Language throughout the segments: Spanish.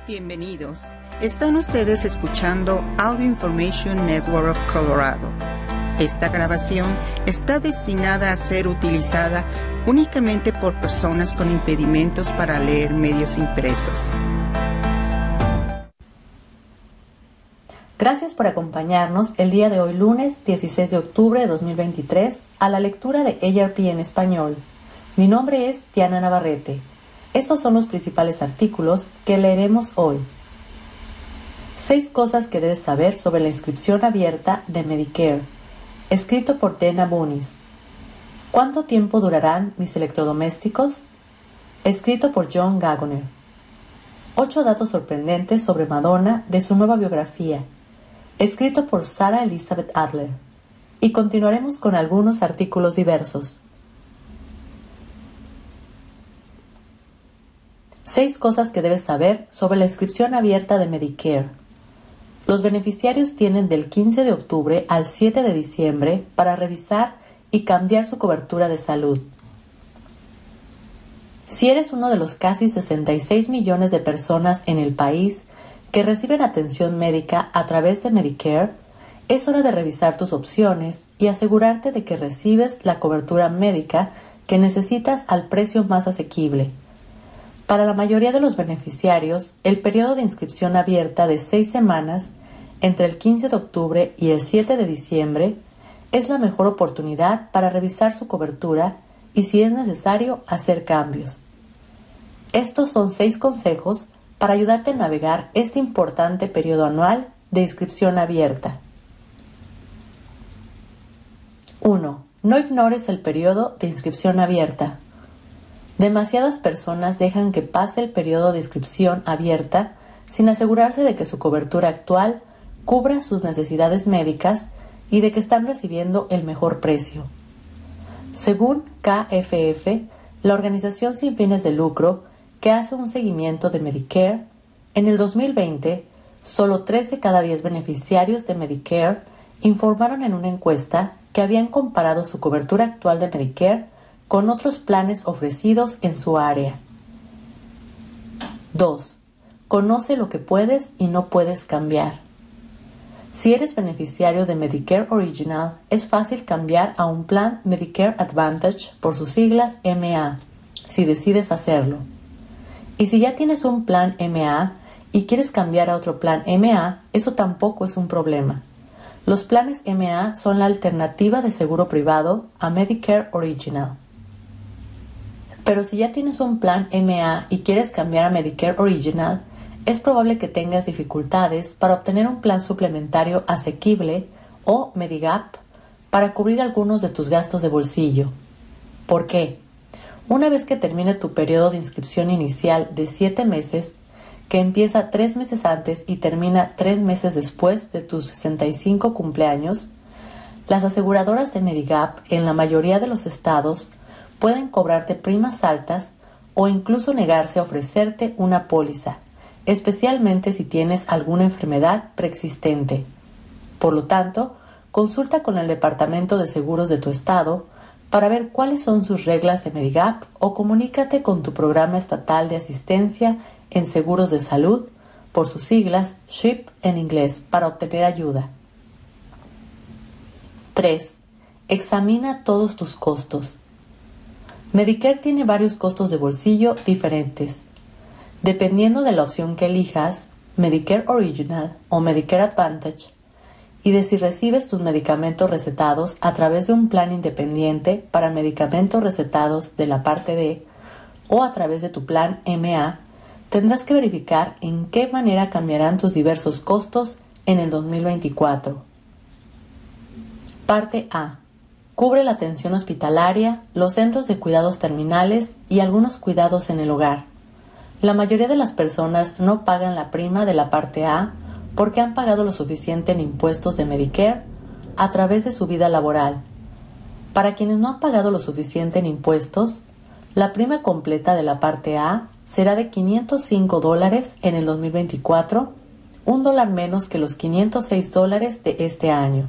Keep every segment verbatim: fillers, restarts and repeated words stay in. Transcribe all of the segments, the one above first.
Bienvenidos. Están ustedes escuchando Audio Information Network of Colorado. Esta grabación está destinada a ser utilizada únicamente por personas con impedimentos para leer medios impresos. Gracias por acompañarnos el día de hoy, lunes dieciséis de octubre de dos mil veintitrés, a la lectura de A R P en español. Mi nombre es Diana Navarrete. Estos son los principales artículos que leeremos hoy. Seis cosas que debes saber sobre la inscripción abierta de Medicare, escrito por Dana Bunis. ¿Cuánto tiempo durarán mis electrodomésticos? Escrito por John Gagoner. Ocho datos sorprendentes sobre Madonna de su nueva biografía, escrito por Sarah Elizabeth Adler. Y continuaremos con algunos artículos diversos. Seis cosas que debes saber sobre la inscripción abierta de Medicare. Los beneficiarios tienen del quince de octubre al siete de diciembre para revisar y cambiar su cobertura de salud. Si eres uno de los casi sesenta y seis millones de personas en el país que reciben atención médica a través de Medicare, es hora de revisar tus opciones y asegurarte de que recibes la cobertura médica que necesitas al precio más asequible. Para la mayoría de los beneficiarios, el periodo de inscripción abierta de seis semanas, entre el quince de octubre y el siete de diciembre, es la mejor oportunidad para revisar su cobertura y, si es necesario, hacer cambios. Estos son seis consejos para ayudarte a navegar este importante periodo anual de inscripción abierta. uno. No ignores el periodo de inscripción abierta. Demasiadas personas dejan que pase el periodo de inscripción abierta sin asegurarse de que su cobertura actual cubra sus necesidades médicas y de que están recibiendo el mejor precio. Según K F F, la organización sin fines de lucro que hace un seguimiento de Medicare, en el dos mil veinte, solo tres de cada diez beneficiarios de Medicare informaron en una encuesta que habían comparado su cobertura actual de Medicare con otros planes ofrecidos en su área. dos. Conoce lo que puedes y no puedes cambiar. Si eres beneficiario de Medicare Original, es fácil cambiar a un plan Medicare Advantage, por sus siglas M A, si decides hacerlo. Y si ya tienes un plan M A y quieres cambiar a otro plan M A, eso tampoco es un problema. Los planes M A son la alternativa de seguro privado a Medicare Original. Pero si ya tienes un plan M A y quieres cambiar a Medicare Original, es probable que tengas dificultades para obtener un plan suplementario asequible o Medigap para cubrir algunos de tus gastos de bolsillo. ¿Por qué? Una vez que termine tu periodo de inscripción inicial de siete meses, que empieza tres meses antes y termina tres meses después de tus sesenta y cinco cumpleaños, las aseguradoras de Medigap en la mayoría de los estados pueden cobrarte primas altas o incluso negarse a ofrecerte una póliza, especialmente si tienes alguna enfermedad preexistente. Por lo tanto, consulta con el Departamento de Seguros de tu estado para ver cuáles son sus reglas de Medigap o comunícate con tu programa estatal de asistencia en seguros de salud, por sus siglas S H I P en inglés, para obtener ayuda. tres. Examina todos tus costos. Medicare tiene varios costos de bolsillo diferentes. Dependiendo de la opción que elijas, Medicare Original o Medicare Advantage, y de si recibes tus medicamentos recetados a través de un plan independiente para medicamentos recetados de la parte D o a través de tu plan M A, tendrás que verificar en qué manera cambiarán tus diversos costos en el dos mil veinticuatro. Parte A. Cubre la atención hospitalaria, los centros de cuidados terminales y algunos cuidados en el hogar. La mayoría de las personas no pagan la prima de la parte A porque han pagado lo suficiente en impuestos de Medicare a través de su vida laboral. Para quienes no han pagado lo suficiente en impuestos, la prima completa de la parte A será de quinientos cinco dólares en el dos mil veinticuatro, un dólar menos que los quinientos seis dólares de este año.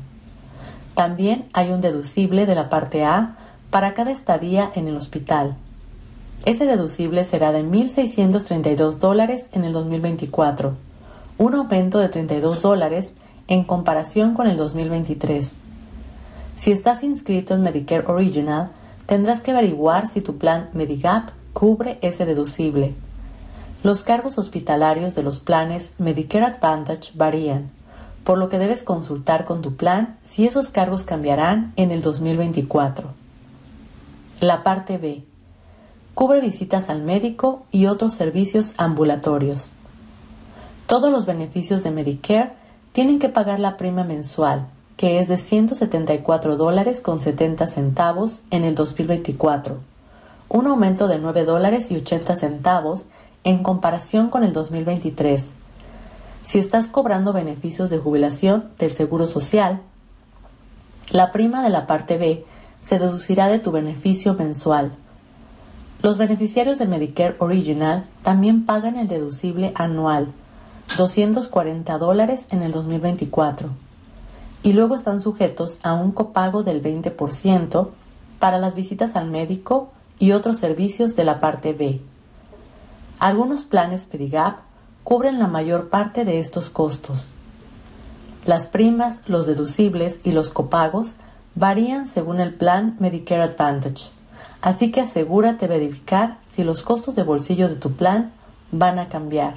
También hay un deducible de la parte A para cada estadía en el hospital. Ese deducible será de mil seiscientos treinta y dos dólares en el dos mil veinticuatro, un aumento de treinta y dos dólares en comparación con el dos mil veintitrés. Si estás inscrito en Medicare Original, tendrás que averiguar si tu plan Medigap cubre ese deducible. Los cargos hospitalarios de los planes Medicare Advantage varían, por lo que debes consultar con tu plan si esos cargos cambiarán en el dos mil veinticuatro. La parte B. Cubre visitas al médico y otros servicios ambulatorios. Todos los beneficios de Medicare tienen que pagar la prima mensual, que es de ciento setenta y cuatro dólares con setenta centavos en el dos mil veinticuatro, un aumento de nueve dólares y ochenta centavos en comparación con el dos mil veintitrés. Si estás cobrando beneficios de jubilación del Seguro Social, la prima de la parte B se deducirá de tu beneficio mensual. Los beneficiarios de Medicare Original también pagan el deducible anual, doscientos cuarenta dólares en el dos mil veinticuatro, y luego están sujetos a un copago del veinte por ciento para las visitas al médico y otros servicios de la parte B. Algunos planes Medigap cubren la mayor parte de estos costos. Las primas, los deducibles y los copagos varían según el plan Medicare Advantage, así que asegúrate de verificar si los costos de bolsillo de tu plan van a cambiar.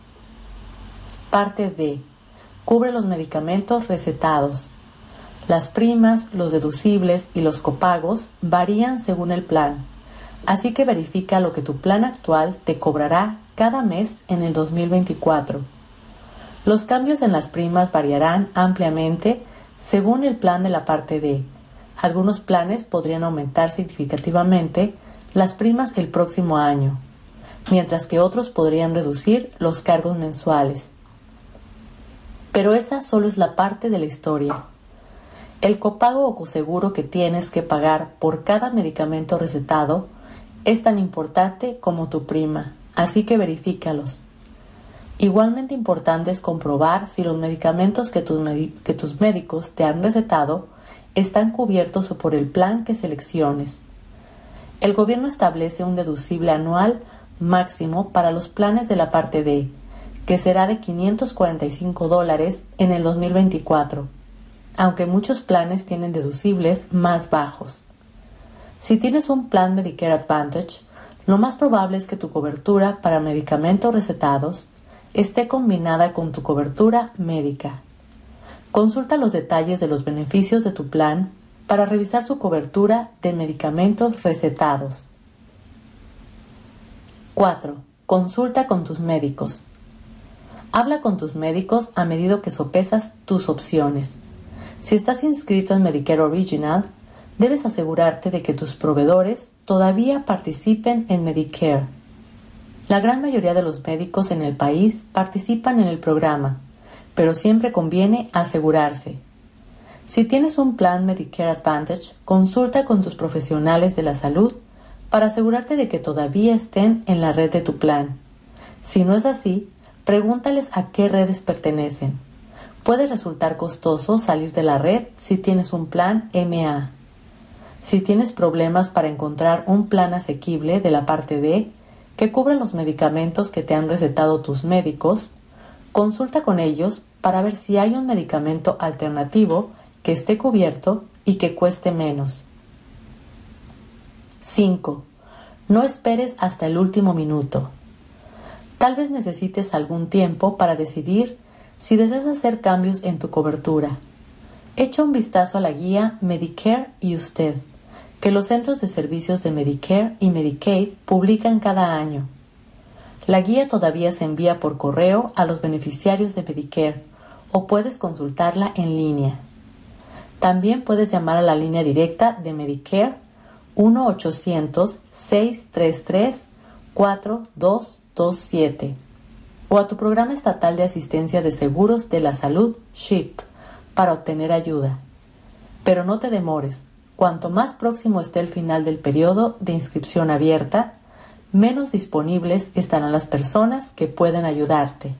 Parte D. Cubre los medicamentos recetados. Las primas, los deducibles y los copagos varían según el plan, así que verifica lo que tu plan actual te cobrará cada mes en el dos mil veinticuatro. Los cambios en las primas variarán ampliamente según el plan de la parte D. Algunos planes podrían aumentar significativamente las primas el próximo año, mientras que otros podrían reducir los cargos mensuales. Pero esa solo es la parte de la historia. El copago o coseguro que tienes que pagar por cada medicamento recetado es tan importante como tu prima, así que verifícalos. Igualmente importante es comprobar si los medicamentos que tus, med- que tus médicos te han recetado están cubiertos por el plan que selecciones. El gobierno establece un deducible anual máximo para los planes de la parte D, que será de quinientos cuarenta y cinco dólares en el dos mil veinticuatro, aunque muchos planes tienen deducibles más bajos. Si tienes un plan Medicare Advantage, lo más probable es que tu cobertura para medicamentos recetados esté combinada con tu cobertura médica. Consulta los detalles de los beneficios de tu plan para revisar su cobertura de medicamentos recetados. cuatro. Consulta con tus médicos. Habla con tus médicos a medida que sopesas tus opciones. Si estás inscrito en Medicare Original, debes asegurarte de que tus proveedores todavía participen en Medicare. La gran mayoría de los médicos en el país participan en el programa, pero siempre conviene asegurarse. Si tienes un plan Medicare Advantage, consulta con tus profesionales de la salud para asegurarte de que todavía estén en la red de tu plan. Si no es así, pregúntales a qué redes pertenecen. Puede resultar costoso salir de la red si tienes un plan M A. Si tienes problemas para encontrar un plan asequible de la parte D que cubra los medicamentos que te han recetado tus médicos, consulta con ellos para ver si hay un medicamento alternativo que esté cubierto y que cueste menos. cinco. No esperes hasta el último minuto. Tal vez necesites algún tiempo para decidir si deseas hacer cambios en tu cobertura. Echa un vistazo a la guía Medicare y usted, que los centros de servicios de Medicare y Medicaid publican cada año. La guía todavía se envía por correo a los beneficiarios de Medicare o puedes consultarla en línea. También puedes llamar a la línea directa de Medicare uno ochocientos, seis tres tres, cuatro dos dos siete o a tu programa estatal de asistencia de seguros de la salud S H I P para obtener ayuda. Pero no te demores. Cuanto más próximo esté el final del periodo de inscripción abierta, menos disponibles estarán las personas que pueden ayudarte.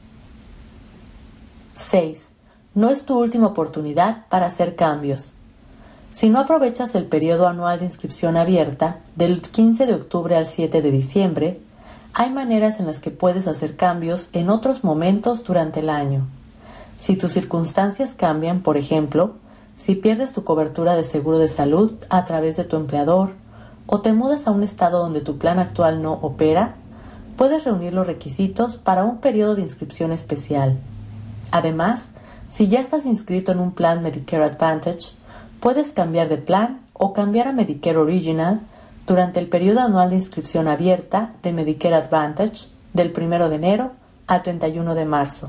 seis. No es tu última oportunidad para hacer cambios. Si no aprovechas el periodo anual de inscripción abierta, del quince de octubre al siete de diciembre, hay maneras en las que puedes hacer cambios en otros momentos durante el año. Si tus circunstancias cambian, por ejemplo, si pierdes tu cobertura de seguro de salud a través de tu empleador o te mudas a un estado donde tu plan actual no opera, puedes reunir los requisitos para un periodo de inscripción especial. Además, si ya estás inscrito en un plan Medicare Advantage, puedes cambiar de plan o cambiar a Medicare Original durante el periodo anual de inscripción abierta de Medicare Advantage del primero de enero al treinta y uno de marzo.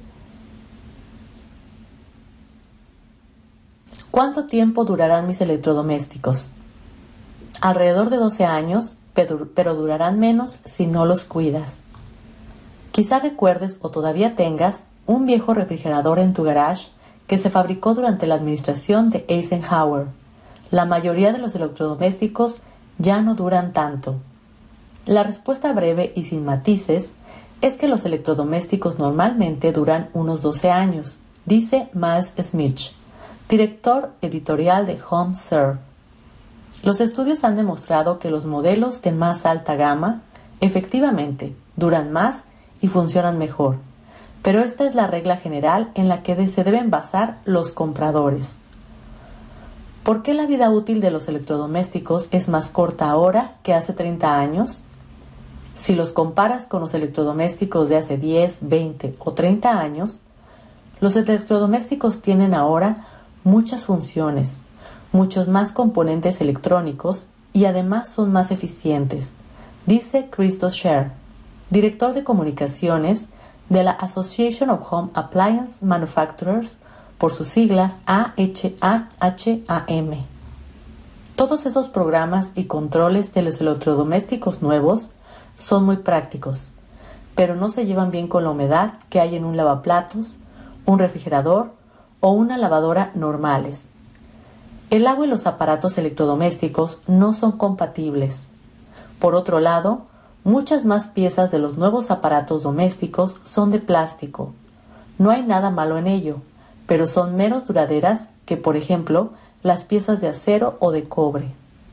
¿Cuánto tiempo durarán mis electrodomésticos? Alrededor de doce años, pero, pero durarán menos si no los cuidas. Quizá recuerdes o todavía tengas un viejo refrigerador en tu garage que se fabricó durante la administración de Eisenhower. La mayoría de los electrodomésticos ya no duran tanto. La respuesta breve y sin matices es que los electrodomésticos normalmente duran unos doce años, dice Miles Smith, director editorial de HomeServe. Los estudios han demostrado que los modelos de más alta gama efectivamente duran más y funcionan mejor, pero esta es la regla general en la que se deben basar los compradores. ¿Por qué la vida útil de los electrodomésticos es más corta ahora que hace treinta años? Si los comparas con los electrodomésticos de hace diez, veinte o treinta años, los electrodomésticos tienen ahora muchas funciones, muchos más componentes electrónicos y además son más eficientes, dice Christo Scher, director de comunicaciones de la Association of Home Appliance Manufacturers, por sus siglas A H A M. Todos esos programas y controles de los electrodomésticos nuevos son muy prácticos, pero no se llevan bien con la humedad que hay en un lavaplatos, un refrigerador o una lavadora normales. El agua y los aparatos electrodomésticos no son compatibles. Por otro lado, muchas más piezas de los nuevos aparatos domésticos son de plástico. No hay nada malo en ello, pero son menos duraderas que, por ejemplo, las piezas de acero o de cobre.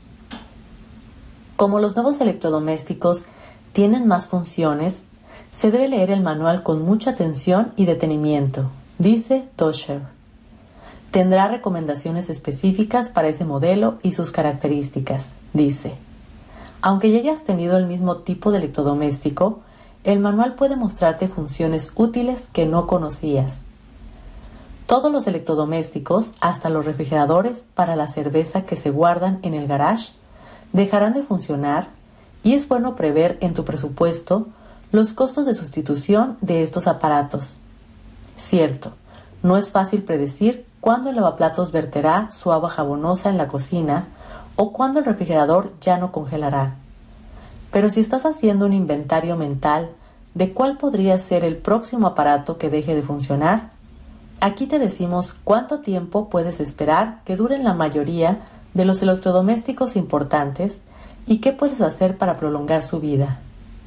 Como los nuevos electrodomésticos tienen más funciones, se debe leer el manual con mucha atención y detenimiento, dice Tosher. Tendrá recomendaciones específicas para ese modelo y sus características, dice. Aunque ya hayas tenido el mismo tipo de electrodoméstico, el manual puede mostrarte funciones útiles que no conocías. Todos los electrodomésticos, hasta los refrigeradores para la cerveza que se guardan en el garage, dejarán de funcionar y es bueno prever en tu presupuesto los costos de sustitución de estos aparatos. Cierto, no es fácil predecir cuándo el lavaplatos verterá su agua jabonosa en la cocina o cuándo el refrigerador ya no congelará. Pero si estás haciendo un inventario mental de cuál podría ser el próximo aparato que deje de funcionar, aquí te decimos cuánto tiempo puedes esperar que duren la mayoría de los electrodomésticos importantes y qué puedes hacer para prolongar su vida.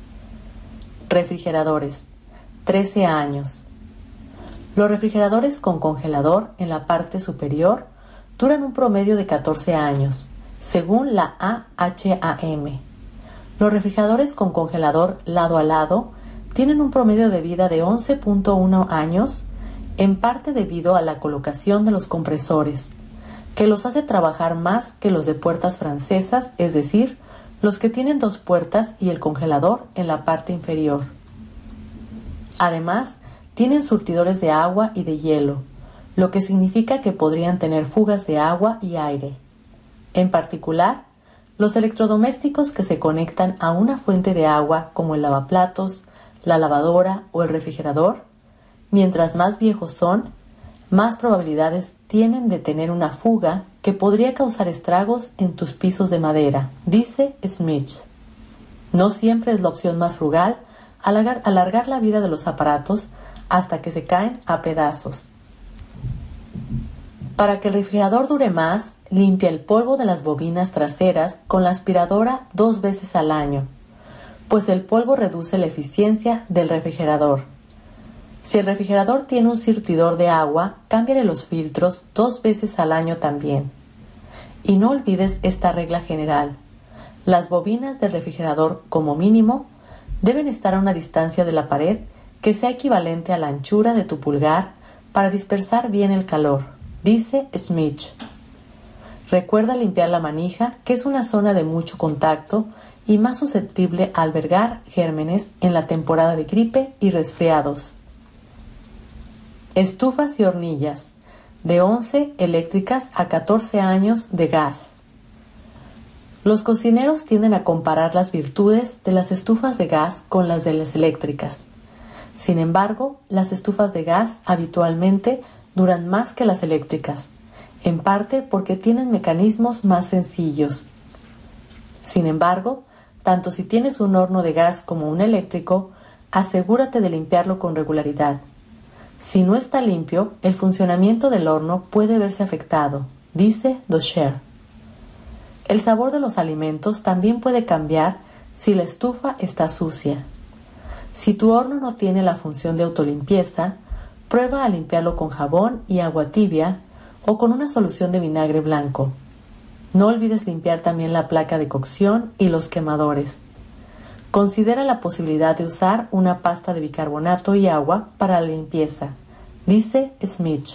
Refrigeradores, trece años. Los refrigeradores con congelador en la parte superior duran un promedio de catorce años, según la A H A M. Los refrigeradores con congelador lado a lado tienen un promedio de vida de once punto uno años, en parte debido a la colocación de los compresores, que los hace trabajar más que los de puertas francesas, es decir, los que tienen dos puertas y el congelador en la parte inferior. Además, tienen surtidores de agua y de hielo, lo que significa que podrían tener fugas de agua y aire. En particular, los electrodomésticos que se conectan a una fuente de agua como el lavaplatos, la lavadora o el refrigerador, mientras más viejos son, más probabilidades tienen de tener una fuga que podría causar estragos en tus pisos de madera, dice Smith. No siempre es la opción más frugal alargar, alargar la vida de los aparatos hasta que se caen a pedazos. Para que el refrigerador dure más, limpia el polvo de las bobinas traseras con la aspiradora dos veces al año, pues el polvo reduce la eficiencia del refrigerador. Si el refrigerador tiene un surtidor de agua, cámbiale los filtros dos veces al año también. Y no olvides esta regla general. Las bobinas del refrigerador, como mínimo, deben estar a una distancia de la pared que sea equivalente a la anchura de tu pulgar para dispersar bien el calor, dice Schmidt. Recuerda limpiar la manija, que es una zona de mucho contacto y más susceptible a albergar gérmenes en la temporada de gripe y resfriados. Estufas y hornillas, de once eléctricas a catorce años de gas. Los cocineros tienden a comparar las virtudes de las estufas de gas con las de las eléctricas. Sin embargo, las estufas de gas habitualmente duran más que las eléctricas, en parte porque tienen mecanismos más sencillos. Sin embargo, tanto si tienes un horno de gas como un eléctrico, asegúrate de limpiarlo con regularidad. Si no está limpio, el funcionamiento del horno puede verse afectado, dice Dosher. El sabor de los alimentos también puede cambiar si la estufa está sucia. Si tu horno no tiene la función de autolimpieza, prueba a limpiarlo con jabón y agua tibia o con una solución de vinagre blanco. No olvides limpiar también la placa de cocción y los quemadores. Considera la posibilidad de usar una pasta de bicarbonato y agua para la limpieza, dice Smith.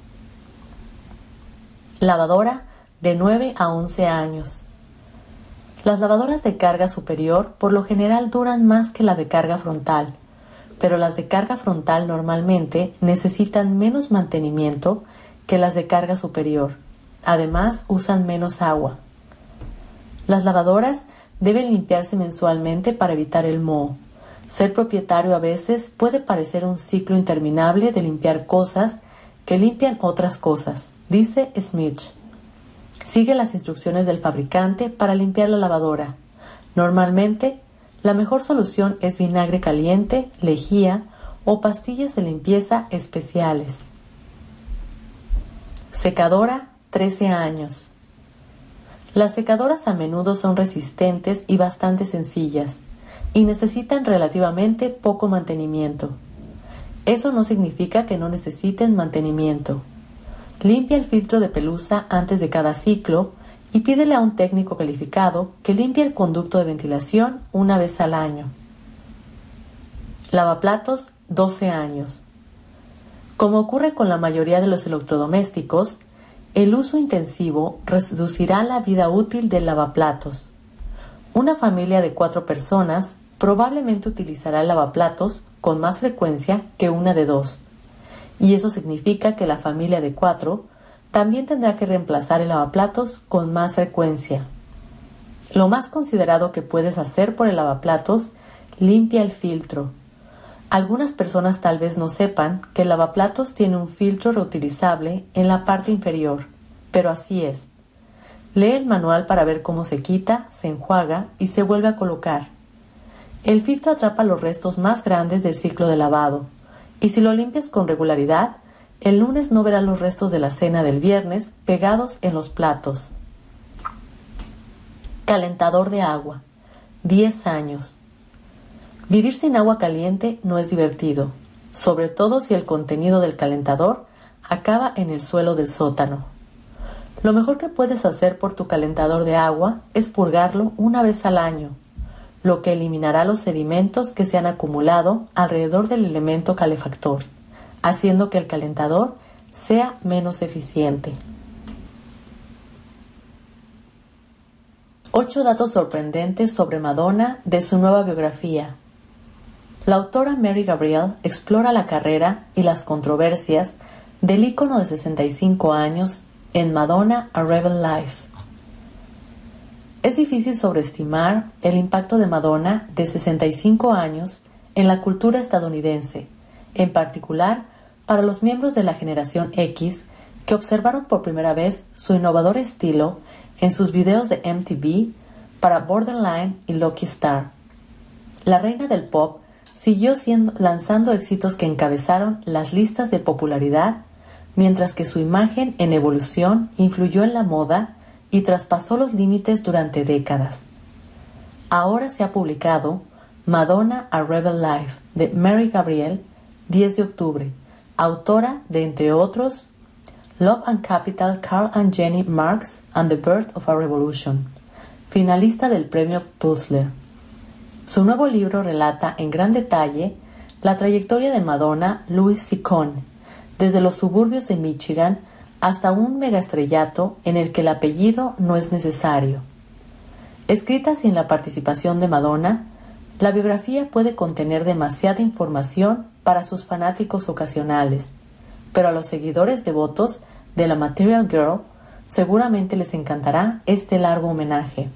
Lavadora de nueve a once años. Las lavadoras de carga superior por lo general duran más que la de carga frontal, pero las de carga frontal normalmente necesitan menos mantenimiento que las de carga superior. Además, usan menos agua. Las lavadoras deben limpiarse mensualmente para evitar el moho. Ser propietario a veces puede parecer un ciclo interminable de limpiar cosas que limpian otras cosas, dice Smith. Sigue las instrucciones del fabricante para limpiar la lavadora. Normalmente, la mejor solución es vinagre caliente, lejía o pastillas de limpieza especiales. Secadora, trece años. Las secadoras a menudo son resistentes y bastante sencillas, y necesitan relativamente poco mantenimiento. Eso no significa que no necesiten mantenimiento. Limpia el filtro de pelusa antes de cada ciclo y pídele a un técnico calificado que limpie el conducto de ventilación una vez al año. Lavaplatos, doce años. Como ocurre con la mayoría de los electrodomésticos, el uso intensivo reducirá la vida útil del lavaplatos. Una familia de cuatro personas probablemente utilizará el lavaplatos con más frecuencia que una de dos, y eso significa que la familia de cuatro también tendrá que reemplazar el lavaplatos con más frecuencia. Lo más considerado que puedes hacer por el lavaplatos, limpia el filtro. Algunas personas tal vez no sepan que el lavaplatos tiene un filtro reutilizable en la parte inferior, pero así es. Lee el manual para ver cómo se quita, se enjuaga y se vuelve a colocar. El filtro atrapa los restos más grandes del ciclo de lavado, y si lo limpias con regularidad, el lunes no verás los restos de la cena del viernes pegados en los platos. Calentador de agua, diez años. Vivir sin agua caliente no es divertido, sobre todo si el contenido del calentador acaba en el suelo del sótano. Lo mejor que puedes hacer por tu calentador de agua es purgarlo una vez al año, lo que eliminará los sedimentos que se han acumulado alrededor del elemento calefactor, haciendo que el calentador sea menos eficiente. Ocho datos sorprendentes sobre Madonna de su nueva biografía. La autora Mary Gabriel explora la carrera y las controversias del ícono de sesenta y cinco años en Madonna: A Rebel Life. Es difícil sobreestimar el impacto de Madonna de sesenta y cinco años en la cultura estadounidense, en particular para los miembros de la generación X que observaron por primera vez su innovador estilo en sus videos de M T V para Borderline y Lucky Star. La reina del pop siguió siendo, lanzando éxitos que encabezaron las listas de popularidad, mientras que su imagen en evolución influyó en la moda y traspasó los límites durante décadas. Ahora se ha publicado Madonna: A Rebel Life de Mary Gabriel, diez de octubre, autora de, entre otros, Love and Capital, Carl and Jenny Marx and the Birth of a Revolution, finalista del premio Puzzler. Su nuevo libro relata en gran detalle la trayectoria de Madonna Louise Ciccone, desde los suburbios de Michigan hasta un megaestrellato en el que el apellido no es necesario. Escrita sin la participación de Madonna, la biografía puede contener demasiada información para sus fanáticos ocasionales, pero a los seguidores devotos de la Material Girl seguramente les encantará este largo homenaje.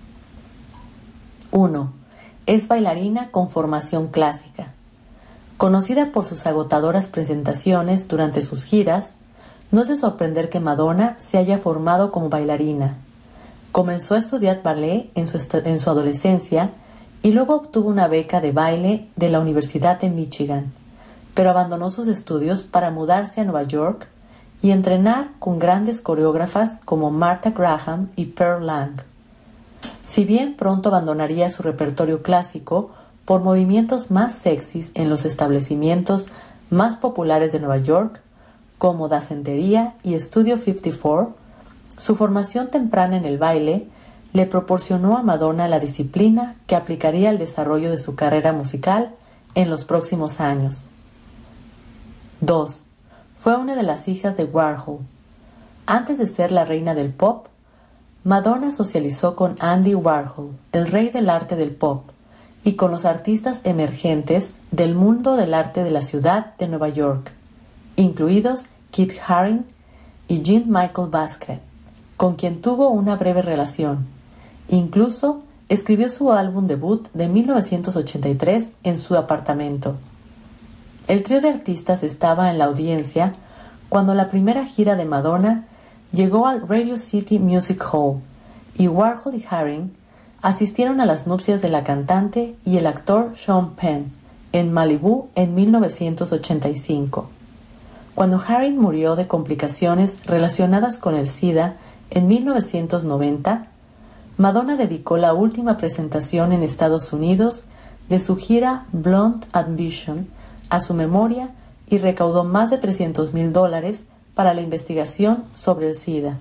uno. Es bailarina con formación clásica. Conocida por sus agotadoras presentaciones durante sus giras, no es de sorprender que Madonna se haya formado como bailarina. Comenzó a estudiar ballet en su, en su adolescencia y luego obtuvo una beca de baile de la Universidad de Michigan, pero abandonó sus estudios para mudarse a Nueva York y entrenar con grandes coreógrafas como Martha Graham y Pearl Lang. Si bien pronto abandonaría su repertorio clásico por movimientos más sexys en los establecimientos más populares de Nueva York, como Dacentería y Studio cincuenta y cuatro, su formación temprana en el baile le proporcionó a Madonna la disciplina que aplicaría al desarrollo de su carrera musical en los próximos años. dos. Fue una de las hijas de Warhol. Antes de ser la reina del pop, Madonna socializó con Andy Warhol, el rey del arte del pop, y con los artistas emergentes del mundo del arte de la ciudad de Nueva York, incluidos Keith Haring y Jean-Michel Basquiat, con quien tuvo una breve relación. Incluso escribió su álbum debut de mil novecientos ochenta y tres en su apartamento. El trío de artistas estaba en la audiencia cuando la primera gira de Madonna llegó al Radio City Music Hall y Warhol y Haring asistieron a las nupcias de la cantante y el actor Sean Penn en Malibú en mil novecientos ochenta y cinco. Cuando Haring murió de complicaciones relacionadas con el SIDA en mil novecientos noventa, Madonna dedicó la última presentación en Estados Unidos de su gira Blonde Ambition a su memoria y recaudó más de trescientos mil dólares para la investigación sobre el SIDA.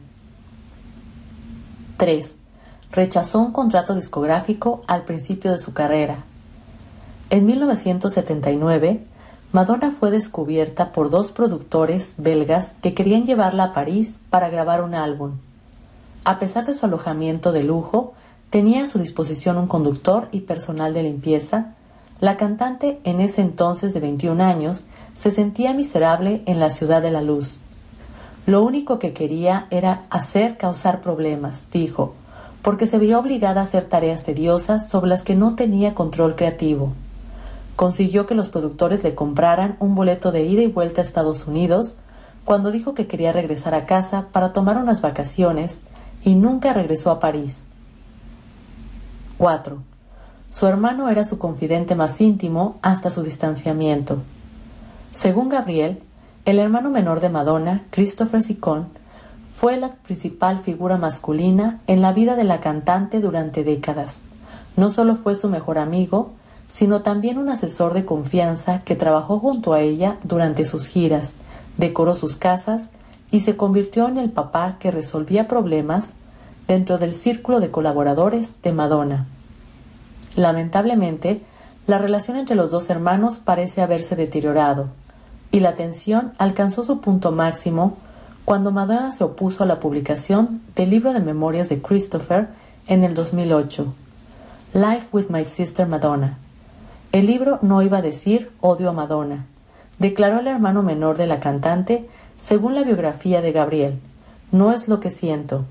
tres. Rechazó un contrato discográfico al principio de su carrera. En mil novecientos setenta y nueve, Madonna fue descubierta por dos productores belgas que querían llevarla a París para grabar un álbum. A pesar de su alojamiento de lujo, tenía a su disposición un conductor y personal de limpieza. La cantante, en ese entonces de veintiún años, se sentía miserable en la ciudad de la luz. Lo único que quería era hacer causar problemas, dijo, porque se veía obligada a hacer tareas tediosas sobre las que no tenía control creativo. Consiguió que los productores le compraran un boleto de ida y vuelta a Estados Unidos cuando dijo que quería regresar a casa para tomar unas vacaciones y nunca regresó a París. cuatro. Su hermano era su confidente más íntimo hasta su distanciamiento. Según Gabriel, el hermano menor de Madonna, Christopher Ciccone, fue la principal figura masculina en la vida de la cantante durante décadas. No solo fue su mejor amigo, sino también un asesor de confianza que trabajó junto a ella durante sus giras, decoró sus casas y se convirtió en el papá que resolvía problemas dentro del círculo de colaboradores de Madonna. Lamentablemente, la relación entre los dos hermanos parece haberse deteriorado, y la tensión alcanzó su punto máximo cuando Madonna se opuso a la publicación del libro de memorias de Christopher en el dos mil ocho, Life with My Sister Madonna. El libro no iba a decir odio a Madonna, declaró el hermano menor de la cantante, según la biografía de Gabriel. No es lo que siento.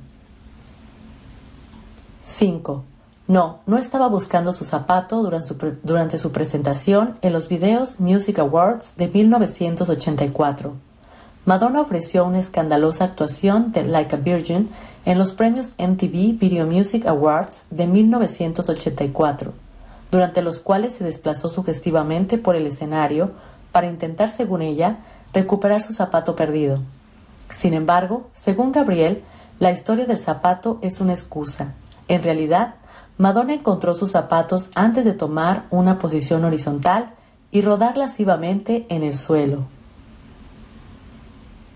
cinco. No, no estaba buscando su zapato durante su, pre- durante su presentación en los Videos Music Awards de mil novecientos ochenta y cuatro. Madonna ofreció una escandalosa actuación de Like a Virgin en los premios M T V Video Music Awards de mil novecientos ochenta y cuatro, durante los cuales se desplazó sugestivamente por el escenario para intentar, según ella, recuperar su zapato perdido. Sin embargo, según Gabriel, la historia del zapato es una excusa. En realidad, Madonna encontró sus zapatos antes de tomar una posición horizontal y rodar lascivamente en el suelo.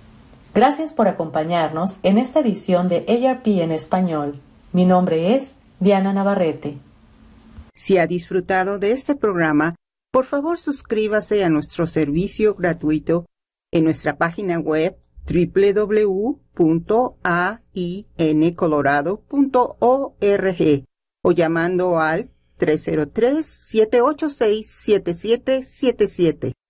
Gracias por acompañarnos en esta edición de A R P en español. Mi nombre es Diana Navarrete. Si ha disfrutado de este programa, por favor suscríbase a nuestro servicio gratuito en nuestra página web doble u doble u doble u punto a i n colorado punto org o llamando al tres cero tres, siete ocho seis, siete siete siete siete.